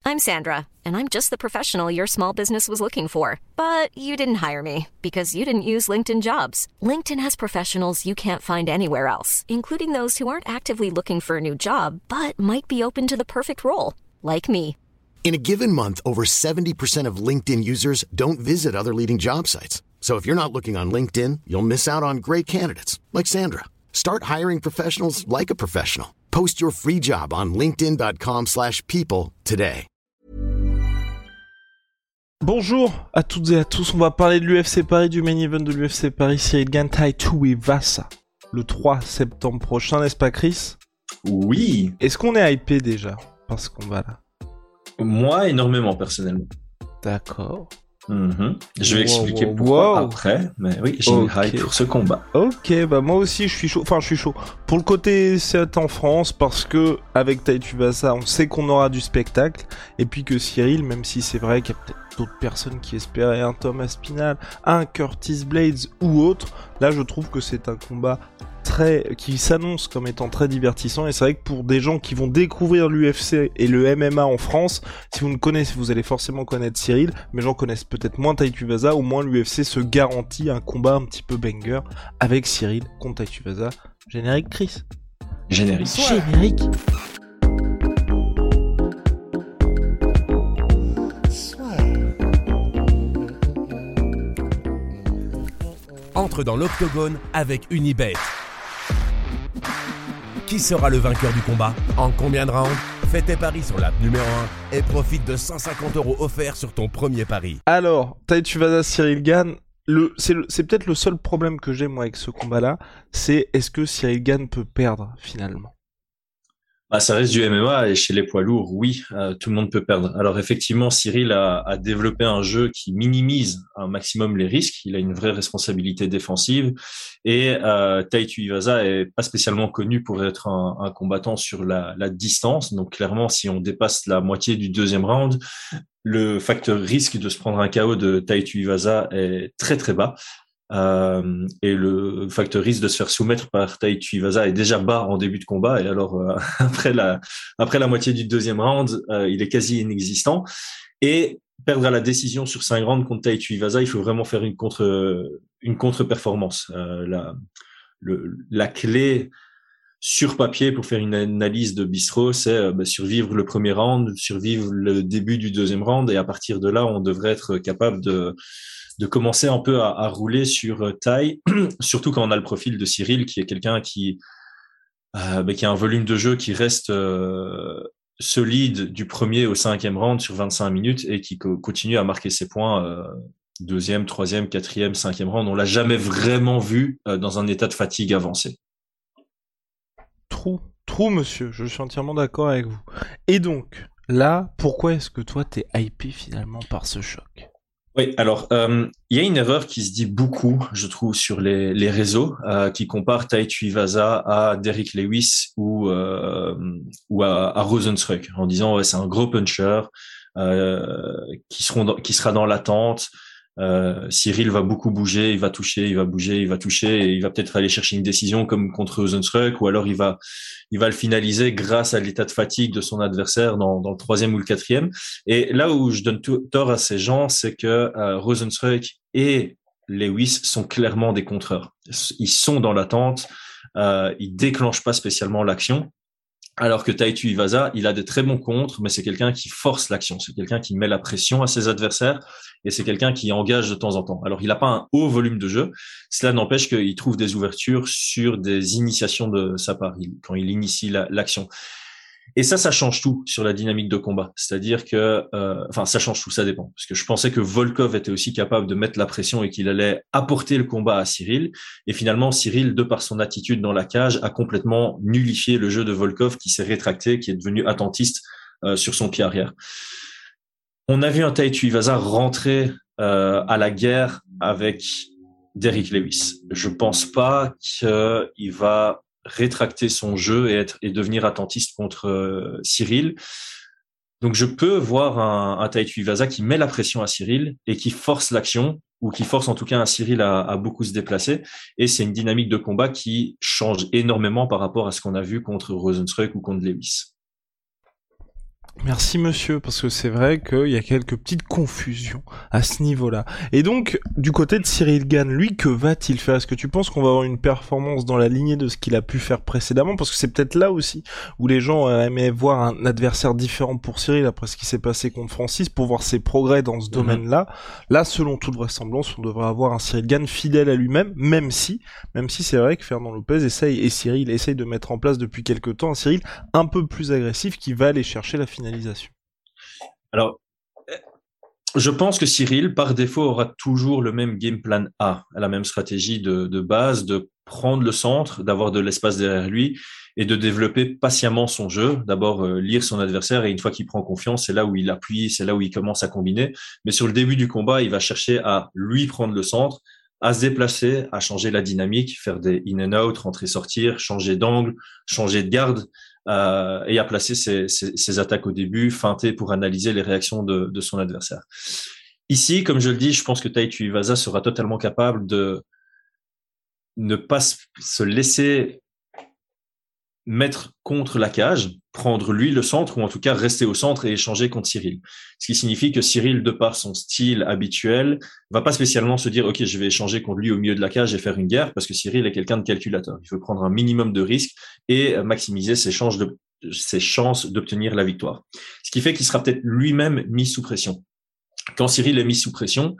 I'm Sandra, and I'm just the professional your small business was looking for. But you didn't hire me because you didn't use LinkedIn Jobs. LinkedIn has professionals you can't find anywhere else, including those who aren't actively looking for a new job, but might be open to the perfect role, like me. In a given month, over 70% of LinkedIn users don't visit other leading job sites. So if you're not looking on LinkedIn, you'll miss out on great candidates like Sandra. Start hiring professionals like a professional. Post your free job on linkedin.com/people today. Bonjour à toutes et à tous, on va parler de l'UFC Paris, du main event de l'UFC Paris, Ciryl Gane, Tai Tuivasa, le 3 septembre prochain, n'est-ce pas Chris ? Oui. Est-ce qu'on est hypé déjà par ce combat-là ? Moi, énormément, personnellement. D'accord. Je vais expliquer pourquoi après, mais oui, j'ai une hype pour ce combat. Ok, bah moi aussi je suis chaud, pour le côté c'est en France, parce que avec Tai Tuivasa, on sait qu'on aura du spectacle, et puis que Ciryl, même si c'est vrai qu'il y a peut-être d'autres personnes qui espéraient un Thomas Spinal, un Curtis Blades ou autre, là je trouve que c'est un combat qui s'annonce comme étant très divertissant, et c'est vrai que pour des gens qui vont découvrir l'UFC et le MMA en France, si vous ne connaissez, vous allez forcément connaître Ciryl, mais gens connaissent peut-être moins Tai Tuivasa, au moins l'UFC se garantit un combat un petit peu banger avec Ciryl contre Tai Tuivasa. Générique Chris. Générique. Entre dans l'octogone avec Unibet. Qui sera le vainqueur du combat ? En combien de rounds ? Fais tes paris sur l'app numéro 1 et profite de 150 € offerts sur ton premier pari. Alors, Tai Tuivasa, Ciryl Gane, c'est peut-être le seul problème que j'ai moi avec ce combat-là, c'est est-ce que Ciryl Gane peut perdre finalement ? Ça reste du MMA, et chez les poids lourds, oui, tout le monde peut perdre. Alors effectivement, Ciryl a développé un jeu qui minimise un maximum les risques. Il a une vraie responsabilité défensive, et Tai Tuivasa est pas spécialement connu pour être un combattant sur la distance. Donc clairement, si on dépasse la moitié du deuxième round, le facteur risque de se prendre un KO de Tai Tuivasa est très très bas. Et le facteur risque de se faire soumettre par Tai Tuivasa est déjà bas en début de combat, et alors après la moitié du deuxième round, il est quasi inexistant. Et perdre à la décision sur 5 rounds contre Tai Tuivasa, il faut vraiment faire une contre-performance. La clé sur papier pour faire une analyse de bistrot, c'est survivre le premier round, survivre le début du deuxième round, et à partir de là, on devrait être capable de commencer un peu à rouler sur Tai, surtout quand on a le profil de Ciryl, qui est quelqu'un qui a un volume de jeu qui reste solide du premier au 5e round sur 25 minutes, et qui continue à marquer ses points deuxième, troisième, quatrième, 5e round. On l'a jamais vraiment vu dans un état de fatigue avancé. Trou, monsieur, je suis entièrement d'accord avec vous. Et donc, là, pourquoi est-ce que toi t'es hypé finalement par ce choc ? Oui, alors il y a une erreur qui se dit beaucoup, je trouve, sur les réseaux, qui compare Tai Tuivasa à Derrick Lewis ou à Rozenstruik, en disant c'est un gros puncher qui sera dans l'attente. Ciryl va beaucoup bouger, il va toucher, il va bouger, il va toucher, et il va peut-être aller chercher une décision comme contre Rozenstruik, ou alors il va le finaliser grâce à l'état de fatigue de son adversaire dans le 3e ou le 4e. Et là où je donne tort à ces gens, c'est que Rozenstruik et Lewis sont clairement des contreurs. Ils sont dans l'attente, ils déclenchent pas spécialement l'action. Alors que Tai Tuivasa, il a des très bons contres, mais c'est quelqu'un qui force l'action, c'est quelqu'un qui met la pression à ses adversaires, et c'est quelqu'un qui engage de temps en temps. Alors, il n'a pas un haut volume de jeu, cela n'empêche qu'il trouve des ouvertures sur des initiations de sa part, quand il initie l'action. Et ça change tout sur la dynamique de combat. C'est-à-dire que, ça change tout, ça dépend. Parce que je pensais que Volkov était aussi capable de mettre la pression et qu'il allait apporter le combat à Ciryl. Et finalement, Ciryl, de par son attitude dans la cage, a complètement nullifié le jeu de Volkov, qui s'est rétracté, qui est devenu attentiste sur son pied arrière. On a vu un Tai Tuivasa rentrer à la guerre avec Derrick Lewis. Je pense pas qu'il va rétracter son jeu et devenir attentiste contre Ciryl. Donc je peux voir un Tai Tuivasa qui met la pression à Ciryl et qui force l'action, ou qui force en tout cas un Ciryl à beaucoup se déplacer. Et c'est une dynamique de combat qui change énormément par rapport à ce qu'on a vu contre Rozenstruik ou contre Lewis. Merci monsieur, parce que c'est vrai qu'il y a quelques petites confusions à ce niveau-là. Et donc, du côté de Cyril Gane, lui, que va-t-il faire? Est-ce que tu penses qu'on va avoir une performance dans la lignée de ce qu'il a pu faire précédemment? Parce que c'est peut-être là aussi où les gens aimeraient voir un adversaire différent pour Cyril après ce qui s'est passé contre Francis, pour voir ses progrès dans ce domaine-là. Là, selon toute vraisemblance, on devrait avoir un Cyril Gane fidèle à lui-même, même si c'est vrai que Fernand Lopez et Cyril essaye de mettre en place depuis quelque temps un Cyril un peu plus agressif qui va aller chercher la finalisation. Alors, je pense que Cyril, par défaut, aura toujours le même game plan A, la même stratégie de base, de prendre le centre, d'avoir de l'espace derrière lui et de développer patiemment son jeu. D'abord, lire son adversaire, et une fois qu'il prend confiance, c'est là où il appuie, c'est là où il commence à combiner. Mais sur le début du combat, il va chercher à lui prendre le centre, à se déplacer, à changer la dynamique, faire des in and out, rentrer, sortir, changer d'angle, changer de garde. Et à placer ses attaques au début, feinter pour analyser les réactions de son adversaire. Ici, comme je le dis, je pense que Tai Tuivasa sera totalement capable de ne pas se laisser mettre contre la cage, prendre lui le centre, ou en tout cas rester au centre et échanger contre Cyril. Ce qui signifie que Cyril, de par son style habituel, va pas spécialement se dire « Ok, je vais échanger contre lui au milieu de la cage et faire une guerre », parce que Cyril est quelqu'un de calculateur. Il veut prendre un minimum de risques et maximiser ses chances d'obtenir la victoire. Ce qui fait qu'il sera peut-être lui-même mis sous pression. Quand Cyril est mis sous pression,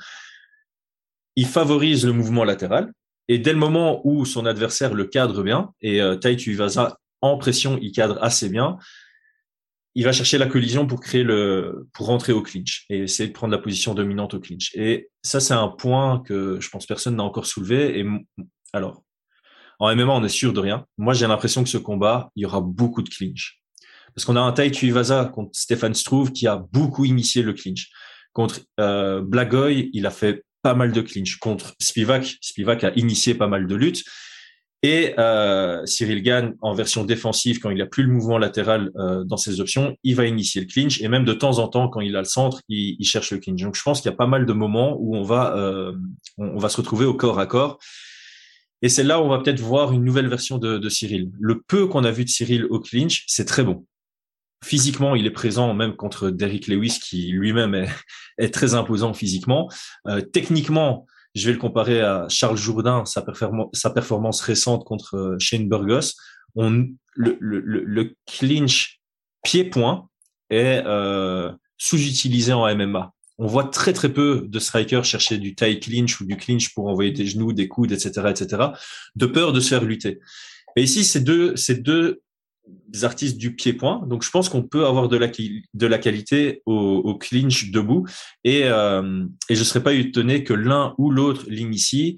il favorise le mouvement latéral, et dès le moment où son adversaire le cadre bien, et Tai Tuivasa en pression, il cadre assez bien, il va chercher la collision pour rentrer au clinch et essayer de prendre la position dominante au clinch. Et ça, c'est un point que je pense personne n'a encore soulevé. Et alors, en MMA, on est sûr de rien. Moi, j'ai l'impression que ce combat, il y aura beaucoup de clinch. Parce qu'on a un Tai Tuivasa contre Stefan Struve qui a beaucoup initié le clinch. Contre Blagoy, il a fait pas mal de clinch. Contre Spivak a initié pas mal de luttes. Et Cyril Gane, en version défensive, quand il a plus le mouvement latéral dans ses options, il va initier le clinch. Et même de temps en temps, quand il a le centre, il cherche le clinch. Donc je pense qu'il y a pas mal de moments où on va se retrouver au corps à corps. Et c'est là où on va peut-être voir une nouvelle version de Cyril. Le peu qu'on a vu de Cyril au clinch, c'est très bon. Physiquement, il est présent même contre Derrick Lewis, qui lui-même est très imposant physiquement. Techniquement, je vais le comparer à Charles Jourdain, sa performance récente contre Shane Burgos. Le clinch pied-point est sous-utilisé en MMA. On voit très très peu de strikers chercher du tie clinch ou du clinch pour envoyer des genoux, des coudes, etc., de peur de se faire lutter. Et ici, c'est deux artistes du pied-point. Donc, je pense qu'on peut avoir de la qualité au clinch debout. Et je serais pas étonné que l'un ou l'autre l'initie.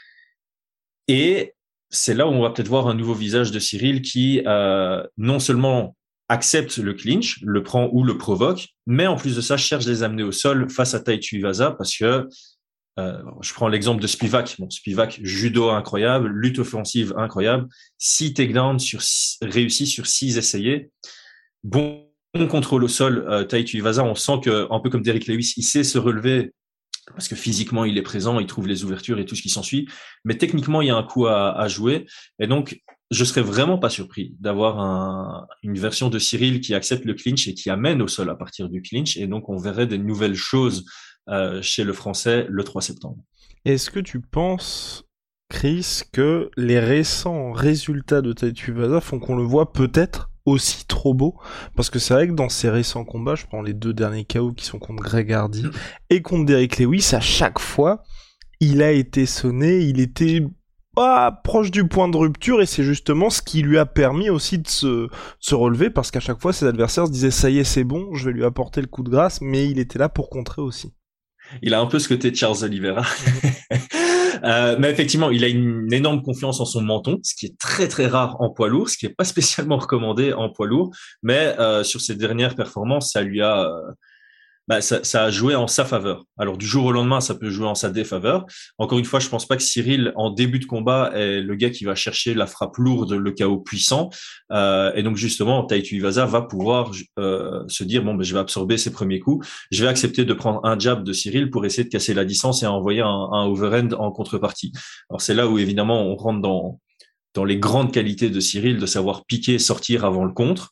Et c'est là où on va peut-être voir un nouveau visage de Cyril qui, non seulement accepte le clinch, le prend ou le provoque, mais en plus de ça, cherche de les amener au sol face à Tai Tuivasa parce que je prends l'exemple de Spivak. Bon, Spivak, judo incroyable, lutte offensive incroyable, 6 takedowns réussis sur 6 essayés. Bon contrôle au sol, Tai Tuivasa, on sent que, un peu comme Derrick Lewis, il sait se relever parce que physiquement, il est présent, il trouve les ouvertures et tout ce qui s'ensuit. Mais techniquement, il y a un coup à jouer. Et donc, je serais vraiment pas surpris d'avoir une version de Cyril qui accepte le clinch et qui amène au sol à partir du clinch. Et donc, on verrait des nouvelles choses chez le Français le 3 septembre. Est-ce que tu penses, Chris, que les récents résultats de Tai Tuivasa font qu'on le voit peut-être aussi trop beau? Parce que c'est vrai que dans ces récents combats, je prends les 2 derniers KO qui sont contre Greg Hardy et contre Derrick Lewis, à chaque fois, il a été sonné, il était proche du point de rupture, et c'est justement ce qui lui a permis aussi de se relever, parce qu'à chaque fois, ses adversaires se disaient « ça y est, c'est bon, je vais lui apporter le coup de grâce », mais il était là pour contrer aussi. Il a un peu ce côté de Charles Oliveira. Mais effectivement, il a une énorme confiance en son menton, ce qui est très très rare en poids lourd, ce qui est pas spécialement recommandé en poids lourd. Mais sur ses dernières performances, ça lui a ça a joué en sa faveur. Alors du jour au lendemain, ça peut jouer en sa défaveur. Encore une fois, je pense pas que Cyril, en début de combat, est le gars qui va chercher la frappe lourde, le KO puissant. Et donc justement, Tai Tuivasa va pouvoir se dire je vais absorber ses premiers coups. Je vais accepter de prendre un jab de Cyril pour essayer de casser la distance et envoyer un overhand en contrepartie. Alors c'est là où évidemment on rentre dans les grandes qualités de Cyril, de savoir piquer, sortir avant le contre.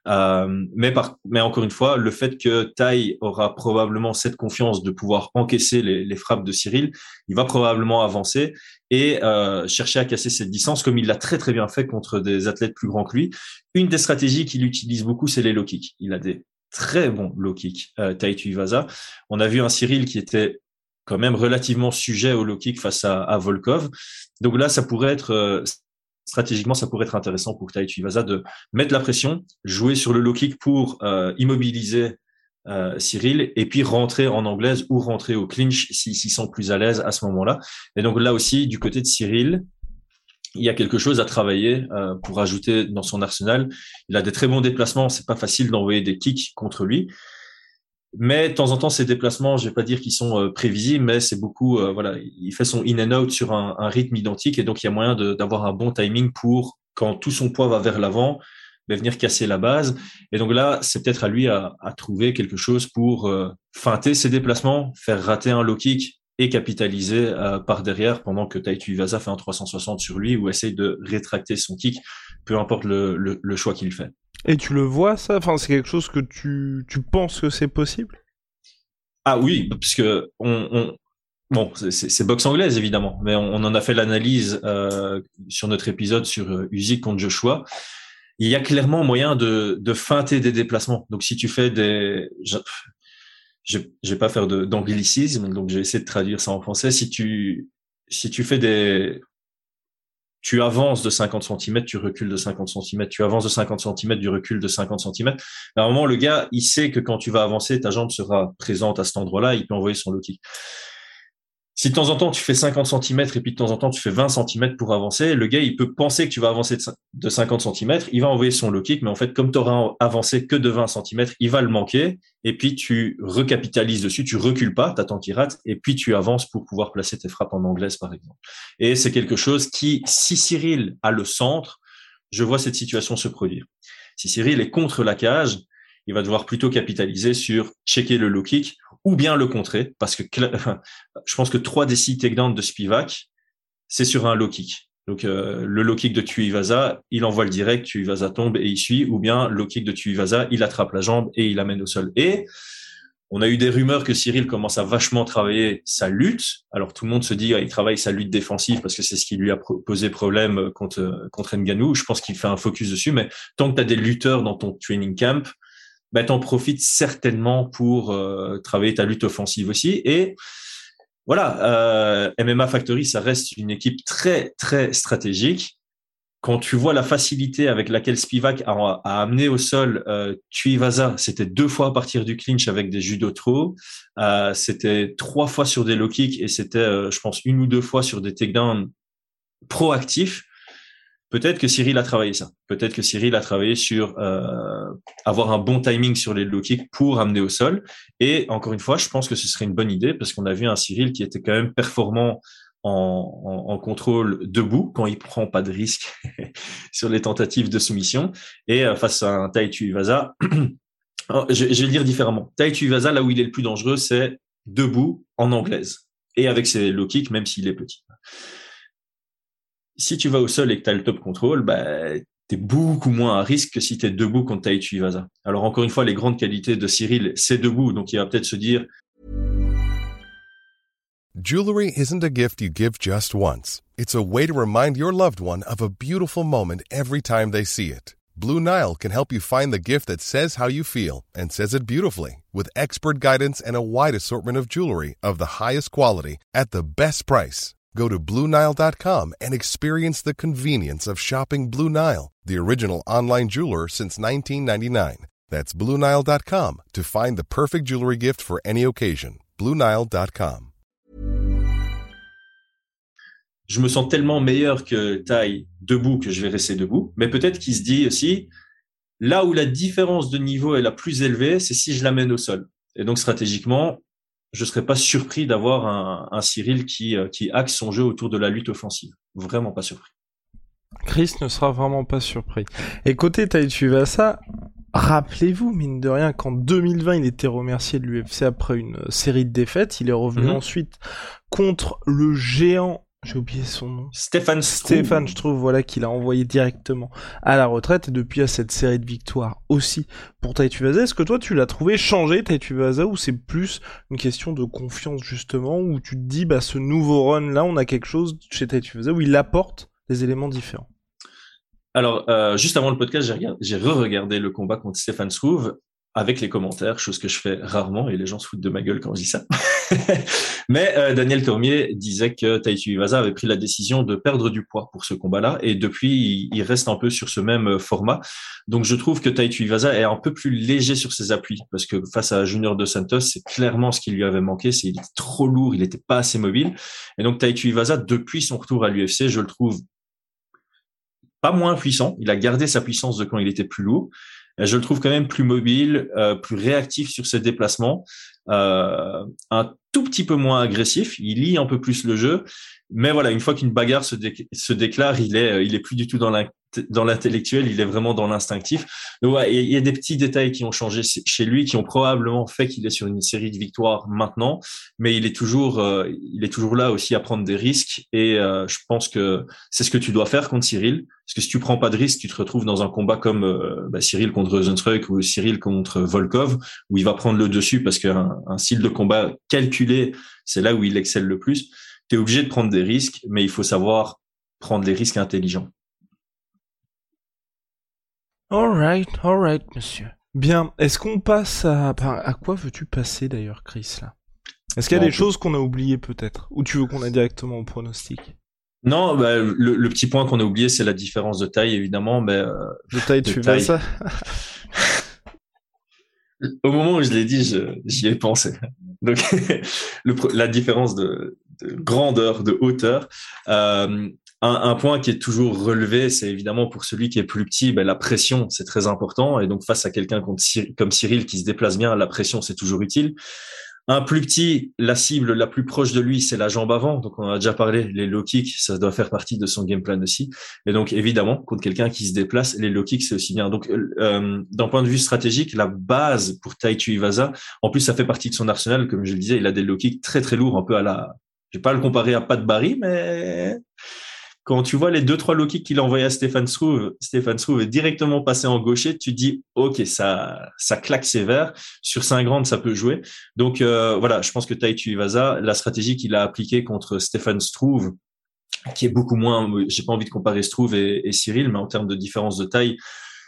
Mais encore une fois, le fait que Tai aura probablement cette confiance de pouvoir encaisser les frappes de Cyril, il va probablement avancer et chercher à casser cette distance comme il l'a très très bien fait contre des athlètes plus grands que lui. Une des stratégies qu'il utilise beaucoup, c'est les low kicks. Il a des très bons low kicks, Tai Tuivasa. On a vu un Cyril qui était quand même relativement sujet au low kick face à Volkov. Donc là, ça pourrait être stratégiquement, ça pourrait être intéressant pour Tai Tuivasa de mettre la pression, jouer sur le low kick pour immobiliser Cyril et puis rentrer en anglaise ou rentrer au clinch s'il s'y sent plus à l'aise à ce moment-là. Et donc là aussi, du côté de Cyril, il y a quelque chose à travailler pour ajouter dans son arsenal. Il a des très bons déplacements, c'est pas facile d'envoyer des kicks contre lui. Mais de temps en temps, ces déplacements, je vais pas dire qu'ils sont prévisibles, mais c'est beaucoup, il fait son in and out sur un rythme identique et donc il y a moyen d'avoir un bon timing pour, quand tout son poids va vers l'avant, venir casser la base. Et donc là, c'est peut-être à lui à trouver quelque chose pour feinter ses déplacements, faire rater un low kick et capitaliser par derrière pendant que Tai Tuivasa fait un 360 sur lui ou essaye de rétracter son kick, peu importe le choix qu'il fait. Et tu le vois, ça? Enfin, c'est quelque chose que tu penses que c'est possible? Ah oui, parce que bon, c'est boxe anglaise évidemment, mais on en a fait l'analyse sur notre épisode sur Usyk contre Joshua. Il y a clairement moyen de feinter des déplacements. Donc si tu fais je vais pas faire d'anglicisme, donc j'ai essayé de traduire ça en français. Si tu fais tu avances de 50 cm, tu recules de 50 cm, tu avances de 50 cm, tu recules de 50 cm. À un moment, le gars, il sait que quand tu vas avancer, ta jambe sera présente à cet endroit-là, il peut envoyer son low kick. Si de temps en temps, tu fais 50 cm et puis de temps en temps, tu fais 20 cm pour avancer, le gars, il peut penser que tu vas avancer de 50 cm, il va envoyer son low kick, mais en fait, comme tu auras avancé que de 20 cm, il va le manquer et puis tu recapitalises dessus, tu recules pas, t'attends qu'il rate et puis tu avances pour pouvoir placer tes frappes en anglaise, par exemple. Et c'est quelque chose qui, si Cyril a le centre, je vois cette situation se produire. Si Cyril est contre la cage, il va devoir plutôt capitaliser sur checker le low kick ou bien le contrer, parce que je pense que 3 des 6 takedowns de Spivak, c'est sur un low kick. Donc le low kick de Tuivasa, il envoie le direct, Tuivasa tombe et il suit, ou bien low kick de Tuivasa, il attrape la jambe et il amène au sol. Et on a eu des rumeurs que Cyril commence à vachement travailler sa lutte. Alors tout le monde se dit il travaille sa lutte défensive parce que c'est ce qui lui a posé problème contre Ngannou. Je pense qu'il fait un focus dessus, mais tant que tu as des lutteurs dans ton training camp, t'en profites certainement pour travailler ta lutte offensive aussi. Et voilà, MMA Factory, ça reste une équipe très, très stratégique. Quand tu vois la facilité avec laquelle Spivak a amené au sol Tuivasa, c'était 2 fois à partir du clinch avec des judo throws, c'était 3 fois sur des low kicks et c'était, je pense, 1 ou 2 fois sur des takedowns proactifs. Peut-être que Cyril a travaillé ça. Peut-être que Cyril a travaillé sur avoir un bon timing sur les low kicks pour amener au sol. Et encore une fois, je pense que ce serait une bonne idée parce qu'on a vu un Cyril qui était quand même performant en contrôle debout quand il prend pas de risque sur les tentatives de soumission. Et face à un Tai Tuivasa, je vais le dire différemment. Tai Tuivasa, là où il est le plus dangereux, c'est debout en anglaise et avec ses low kicks, même s'il est petit. Si tu vas au sol et que tu as le top control, t'es beaucoup moins à risque que si t'es debout contre Tai Tuivasa. Alors encore une fois, les grandes qualités de Cyril, c'est debout, donc il va peut-être se dire... Jewelry isn't a gift you give just once. It's a way to remind your loved one of a beautiful moment every time they see it. Blue Nile can help you find the gift that says how you feel and says it beautifully with expert guidance and a wide assortment of jewelry of the highest quality at the best price. Go to BlueNile.com and experience the convenience of shopping Blue Nile, the original online jeweler since 1999. That's BlueNile.com to find the perfect jewelry gift for any occasion. BlueNile.com. Je me sens tellement meilleur que Tai debout que je vais rester debout. Mais peut-être qu'il se dit aussi, là où la différence de niveau est la plus élevée, c'est si je l'amène au sol. Et donc stratégiquement, je ne serais pas surpris d'avoir un Cyril qui axe son jeu autour de la lutte offensive. Vraiment pas surpris. Chris ne sera vraiment pas surpris. Et côté Tai Tuivasa, rappelez-vous, mine de rien, qu'en 2020, il était remercié de l'UFC après une série de défaites. Il est revenu ensuite contre le géant J'ai oublié son nom. Stefan Struve, voilà, qu'il a envoyé directement à la retraite, et depuis à cette série de victoires aussi pour Tai Tuivasa. Est-ce que toi tu l'as trouvé changé, Tai Tuivasa, ou c'est plus une question de confiance justement, où tu te dis bah ce nouveau run là, on a quelque chose chez Tai Tuivasa où il apporte des éléments différents? Alors, juste avant le podcast, j'ai re-regardé le combat contre Stefan Struve avec les commentaires, chose que je fais rarement, et les gens se foutent de ma gueule quand je dis ça. Mais Daniel Cormier disait que Tai Tuivasa avait pris la décision de perdre du poids pour ce combat-là, et depuis, il reste un peu sur ce même format. Donc, je trouve que Tai Tuivasa est un peu plus léger sur ses appuis, parce que face à Junior Dos Santos, c'est clairement ce qui lui avait manqué, c'est qu'il était trop lourd, il n'était pas assez mobile. Et donc, Tai Tuivasa, depuis son retour à l'UFC, je le trouve pas moins puissant. Il a gardé sa puissance de quand il était plus lourd. Je le trouve quand même plus mobile, plus réactif sur ses déplacements, un tout petit peu moins agressif. Il lit un peu plus le jeu, mais voilà, une fois qu'une bagarre se déclare, il est plus du tout dans l'intellectuel, il est vraiment dans l'instinctif. Donc ouais, il y a des petits détails qui ont changé chez lui, qui ont probablement fait qu'il est sur une série de victoires maintenant, mais il est toujours là aussi à prendre des risques, et je pense que c'est ce que tu dois faire contre Cyril, parce que si tu prends pas de risques, tu te retrouves dans un combat comme Cyril contre Rozenstruik ou Cyril contre Volkov, où il va prendre le dessus parce qu'un style de combat calculé, c'est là où il excelle le plus. Tu es obligé de prendre des risques, mais il faut savoir prendre des risques intelligents. All right, monsieur. Bien, est-ce qu'on passe à quoi veux-tu passer d'ailleurs, Chris, là? Est-ce qu'il y a des choses qu'on a oubliées peut-être? Ou tu veux qu'on aille directement au pronostic? Non, bah, le petit point qu'on a oublié, c'est la différence de taille, évidemment. Mais, de taille, tu fais ça? Au moment où je l'ai dit, j'y ai pensé. Donc, la différence de grandeur, de hauteur. Un point qui est toujours relevé, c'est évidemment pour celui qui est plus petit, la pression, c'est très important. Et donc, face à quelqu'un comme Cyril qui se déplace bien, la pression, c'est toujours utile. Un plus petit, la cible la plus proche de lui, c'est la jambe avant. Donc, on en a déjà parlé, les low kicks, ça doit faire partie de son game plan aussi. Et donc, évidemment, contre quelqu'un qui se déplace, les low kicks, c'est aussi bien. Donc, d'un point de vue stratégique, la base pour Tai Tuivasa, en plus, ça fait partie de son arsenal. Comme je le disais, il a des low kicks très, très lourds, un peu je vais pas le comparer à Pat Barry, mais quand tu vois les 2-3 low kicks qu'il a envoyé à Stefan Struve est directement passé en gaucher, tu te dis, OK, ça claque sévère. Sur 5 rounds, ça peut jouer. Donc, voilà, je pense que Tai Tuivasa, la stratégie qu'il a appliquée contre Stefan Struve, qui est beaucoup moins, j'ai pas envie de comparer Struve et Cyril, mais en termes de différence de taille,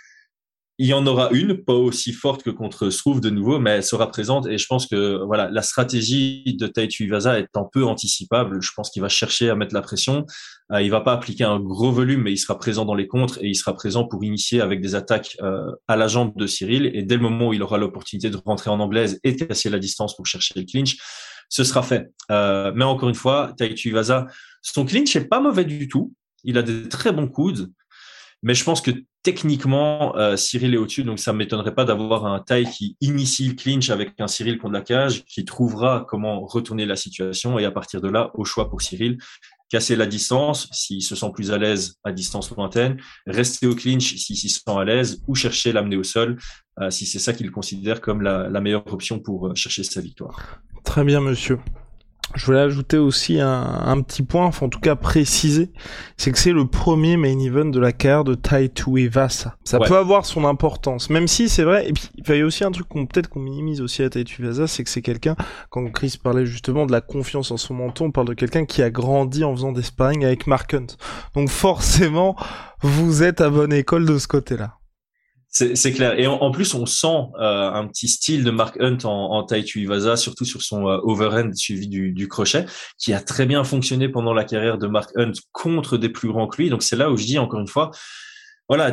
il y en aura une, pas aussi forte que contre Struve de nouveau, mais elle sera présente. Et je pense que voilà, la stratégie de Tai Tuivasa est un peu anticipable. Je pense qu'il va chercher à mettre la pression. Il va pas appliquer un gros volume, mais il sera présent dans les contres et il sera présent pour initier avec des attaques à la jambe de Cyril. Et dès le moment où il aura l'opportunité de rentrer en anglaise et de casser la distance pour chercher le clinch, ce sera fait. Mais encore une fois, Tai Tuivasa, son clinch est pas mauvais du tout. Il a des très bons coudes. Mais je pense que techniquement, Cyril est au-dessus, donc ça ne m'étonnerait pas d'avoir un Tai qui initie le clinch avec un Cyril contre la cage, qui trouvera comment retourner la situation, et à partir de là, au choix pour Cyril, casser la distance s'il se sent plus à l'aise à distance lointaine, rester au clinch s'il s'y sent à l'aise, ou chercher l'amener au sol, si c'est ça qu'il considère comme la meilleure option pour chercher sa victoire. Très bien, monsieur. Je voulais ajouter aussi un petit point, enfin en tout cas préciser, c'est que c'est le premier main event de la carrière de Tai Tuivasa. Ça peut avoir son importance, même si c'est vrai, et puis il y a aussi un truc qu'on minimise aussi à Tai Tuivasa, c'est que c'est quelqu'un, quand Chris parlait justement de la confiance en son menton, on parle de quelqu'un qui a grandi en faisant des sparring avec Mark Hunt. Donc forcément, vous êtes à bonne école de ce côté-là. C'est clair. Et en plus, on sent un petit style de Mark Hunt en Tai Tuivasa, surtout sur son overhand suivi du crochet, qui a très bien fonctionné pendant la carrière de Mark Hunt contre des plus grands que lui. Donc c'est là où je dis encore une fois, voilà,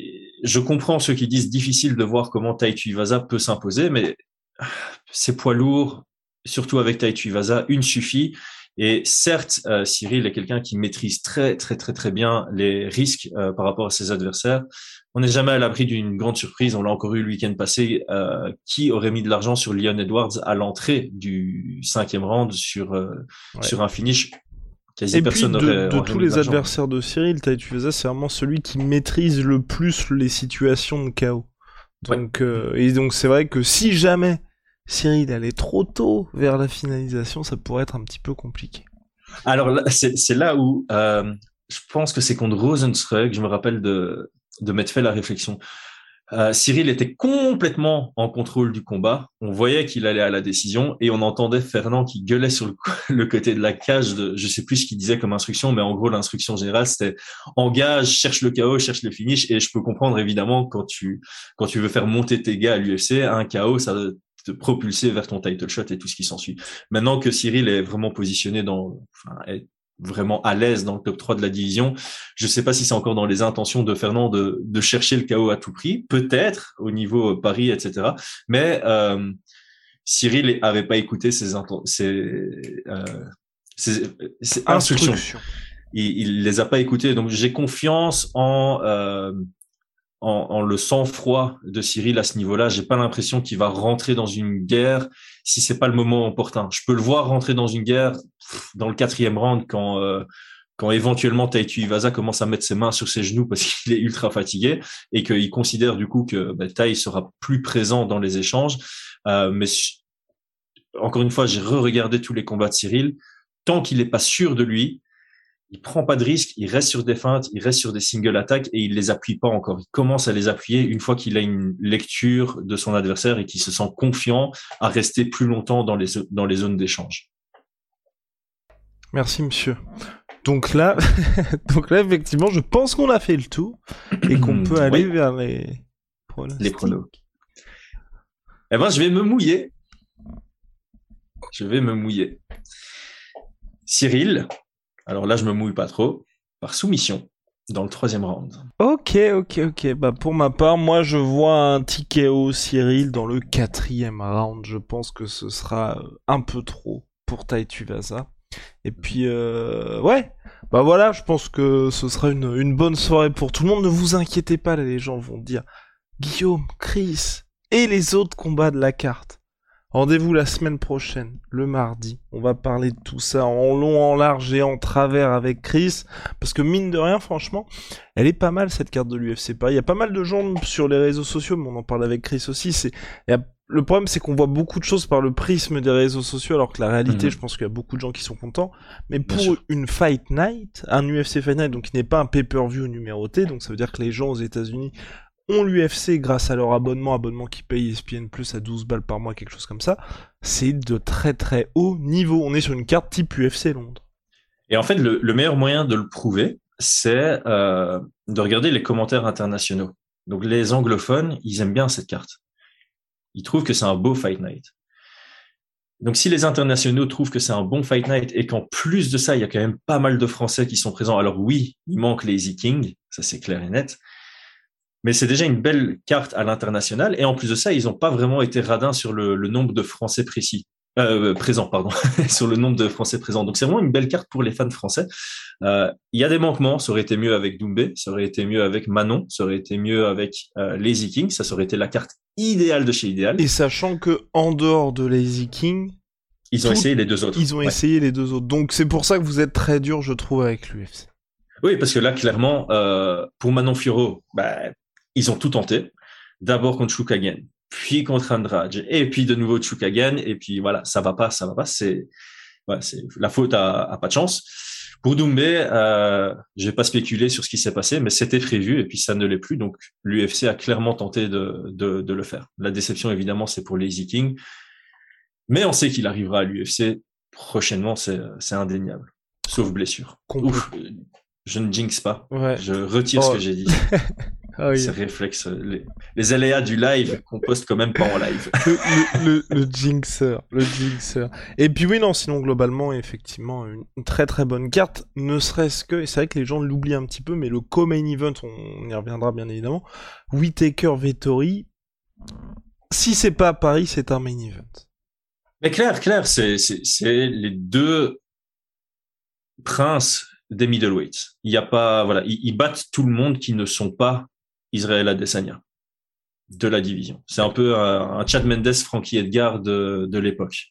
je comprends ceux qui disent difficile de voir comment Tai Tuivasa peut s'imposer, mais c'est poids lourd, surtout avec Tai Tuivasa, une suffit. Et certes, Cyril est quelqu'un qui maîtrise très très très très bien les risques par rapport à ses adversaires. On n'est jamais à l'abri d'une grande surprise. On l'a encore eu le week-end passé. Qui aurait mis de l'argent sur Leon Edwards à l'entrée du 5e round sur un finish? Quasi personne n'aurait de tous les adversaires de Cyril, Tai Tuivasa, c'est vraiment celui qui maîtrise le plus les situations de KO. Donc, et donc c'est vrai que si jamais Cyril allait trop tôt vers la finalisation, ça pourrait être un petit peu compliqué. Alors là, c'est là où je pense que c'est contre Rozenstruik. Je me rappelle de m'être fait la réflexion. Cyril était complètement en contrôle du combat. On voyait qu'il allait à la décision et on entendait Fernand qui gueulait sur le côté de la cage. Je sais plus ce qu'il disait comme instruction, mais en gros l'instruction générale c'était engage, cherche le KO, cherche le finish. Et je peux comprendre évidemment quand tu veux faire monter tes gars à l'UFC, un KO ça va te propulser vers ton title shot et tout ce qui s'ensuit. Maintenant que Cyril est vraiment positionné est vraiment à l'aise dans le top 3 de la division. Je sais pas si c'est encore dans les intentions de Fernand de chercher le KO à tout prix, peut-être au niveau Paris, etc. Mais Cyril avait pas écouté ses instructions. Il les a pas écoutées. Donc j'ai confiance en le sang-froid de Cyril à ce niveau-là. J'ai pas l'impression qu'il va rentrer dans une guerre si c'est pas le moment opportun. Je peux le voir rentrer dans une guerre dans le 4e round quand éventuellement Tai Tuivasa commence à mettre ses mains sur ses genoux parce qu'il est ultra fatigué et qu'il considère du coup que Tai sera plus présent dans les échanges. Mais encore une fois, j'ai re-regardé tous les combats de Cyril. Tant qu'il est pas sûr de lui, il prend pas de risque, il reste sur des feintes, il reste sur des single attaques et il les appuie pas encore. Il commence à les appuyer une fois qu'il a une lecture de son adversaire et qu'il se sent confiant à rester plus longtemps dans les zones d'échange. Merci, monsieur. Donc là, effectivement, je pense qu'on a fait le tour et qu'on peut aller vers les pronostics. Les pronos. Eh ben, je vais me mouiller. Cyril, alors là, je me mouille pas trop, par soumission, dans le 3e round. Ok. Bah, pour ma part, moi, je vois un TKO Cyril dans le 4e round. Je pense que ce sera un peu trop pour Tai Tuivasa. Et puis, ouais. Bah voilà, je pense que ce sera une bonne soirée pour tout le monde. Ne vous inquiétez pas, là, les gens vont dire Guillaume, Chris et les autres combats de la carte. Rendez-vous la semaine prochaine, le mardi. On va parler de tout ça en long, en large et en travers avec Chris. Parce que mine de rien, franchement, elle est pas mal cette carte de l'UFC Paris. Il y a pas mal de gens sur les réseaux sociaux, mais on en parle avec Chris aussi. Le problème, c'est qu'on voit beaucoup de choses par le prisme des réseaux sociaux, alors que la réalité, je pense qu'il y a beaucoup de gens qui sont contents. Mais pour une Fight Night, un UFC Fight Night, donc qui n'est pas un pay-per-view numéroté, donc ça veut dire que les gens aux États-Unis ont l'UFC grâce à leur abonnement qui paye ESPN Plus à 12 balles par mois, quelque chose comme ça. C'est de très très haut niveau. On est sur une carte type UFC Londres. Et en fait, le meilleur moyen de le prouver, c'est de regarder les commentaires internationaux. Donc les anglophones, ils aiment bien cette carte. Ils trouvent que c'est un beau Fight Night. Donc si les internationaux trouvent que c'est un bon Fight Night et qu'en plus de ça, il y a quand même pas mal de Français qui sont présents. Alors oui, il manque les Easy King, ça c'est clair et net. Mais c'est déjà une belle carte à l'international. Et en plus de ça, ils n'ont pas vraiment été radins sur le nombre de Français présents, sur le nombre de Français présents. Donc c'est vraiment une belle carte pour les fans français. Il y a des manquements. Ça aurait été mieux avec Doumbé, ça aurait été mieux avec Manon, ça aurait été mieux avec Lazy King. Ça aurait été la carte idéale de chez Idéal. Et sachant que en dehors de Lazy King, ils ont essayé les deux autres. Ils ont essayé les deux autres. Donc c'est pour ça que vous êtes très dur, je trouve, avec l'UFC. Oui, parce que là, clairement, pour Manon Fiorot, ils ont tout tenté. D'abord contre Chookagian, puis contre Andrade, et puis de nouveau Chookagian, et puis voilà, ça va pas. C'est la faute à pas de chance. Pour Doumbé, je vais pas spéculer sur ce qui s'est passé, mais c'était prévu, et puis ça ne l'est plus. Donc l'UFC a clairement tenté de le faire. La déception, évidemment, c'est pour Lazy King, mais on sait qu'il arrivera à l'UFC prochainement, c'est indéniable, sauf blessure. Ouf, je ne jinx pas. Ouais. Je retire ce que j'ai dit. Ah oui. Ces réflexes, les aléas du live qu'on poste quand même pas en live. le jinxer. Et puis oui, non, sinon globalement, effectivement, une très très bonne carte, ne serait-ce que, et c'est vrai que les gens l'oublient un petit peu, mais le co-main event, on y reviendra bien évidemment, Whittaker-Vettori, si c'est pas à Paris, c'est un main event. Mais clair, c'est les deux princes des middleweights. Il y a pas, voilà, ils battent tout le monde qui ne sont pas Israel Adesanya de la division. C'est un peu un Chad Mendes, Frankie Edgar de l'époque.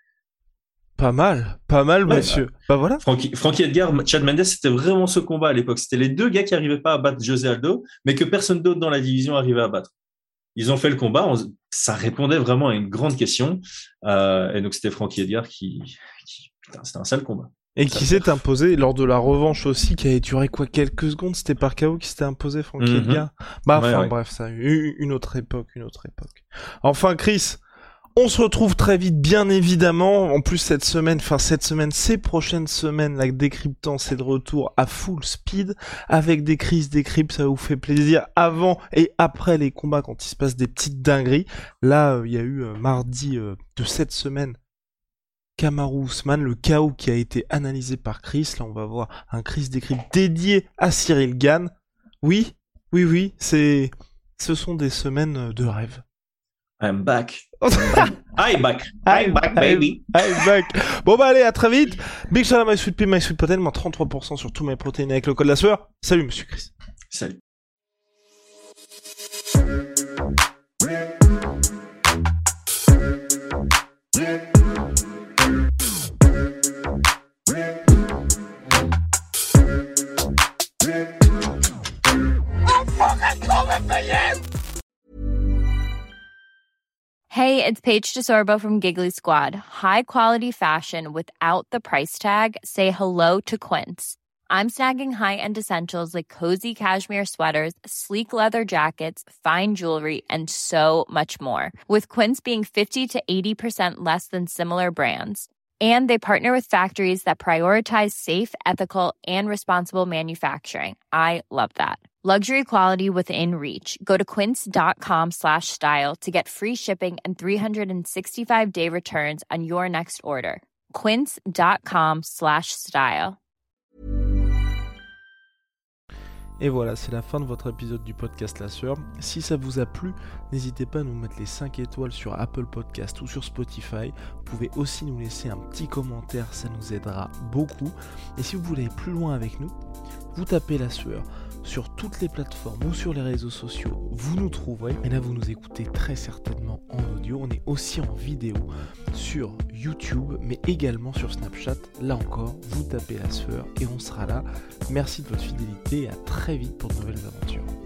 Pas mal, ouais, monsieur. Bah voilà. Frankie Edgar, Chad Mendes, c'était vraiment ce combat à l'époque. C'était les deux gars qui arrivaient pas à battre José Aldo, mais que personne d'autre dans la division arrivait à battre. Ils ont fait le combat, ça répondait vraiment à une grande question. Et donc c'était Frankie Edgar qui putain, c'était un sale combat. Et qui s'est imposé lors de la revanche aussi, qui avait duré quelques secondes, c'était par KO qui s'était imposé, Frankie Edgar. Bref, ça a eu une autre époque. Enfin, Chris, on se retrouve très vite, bien évidemment. En plus, ces prochaines semaines, la décryptant, c'est de retour à full speed, avec des crises, ça vous fait plaisir, avant et après les combats, quand il se passe des petites dingueries. Là, il y a eu mardi de cette semaine, Kamaru Usman, le KO qui a été analysé par Chris. Là, on va voir un Chris décrypte dédié à Cyril Gane. Oui, ce sont des semaines de rêve. I'm back. I'm back, baby. I'm back. Bon, bah, allez, à très vite. Big shout out à My Sweet Pea, My Sweet Protein, moins 33% sur tous mes protéines avec le code la sueur. Salut, monsieur Chris. Salut. Hey, it's Paige DeSorbo from Giggly Squad. High quality fashion without the price tag. Say hello to Quince. I'm snagging high-end essentials like cozy cashmere sweaters, sleek leather jackets, fine jewelry, and so much more. With Quince being 50 to 80% less than similar brands. And they partner with factories that prioritize safe, ethical, and responsible manufacturing. I love that. Luxury quality within reach. Go to quince.com/style to get free shipping and 365-day returns on your next order. Quince.com/style. Et voilà, c'est la fin de votre épisode du podcast La Sueur. Si ça vous a plu, n'hésitez pas à nous mettre les 5 étoiles sur Apple Podcast ou sur Spotify. Vous pouvez aussi nous laisser un petit commentaire, ça nous aidera beaucoup. Et si vous voulez aller plus loin avec nous, vous tapez La Sueur sur toutes les plateformes ou sur les réseaux sociaux, vous nous trouverez. Et là, vous nous écoutez très certainement en audio. On est aussi en vidéo sur YouTube, mais également sur Snapchat. Là encore, vous tapez La Sueur et on sera là. Merci de votre fidélité et à très vite pour de nouvelles aventures.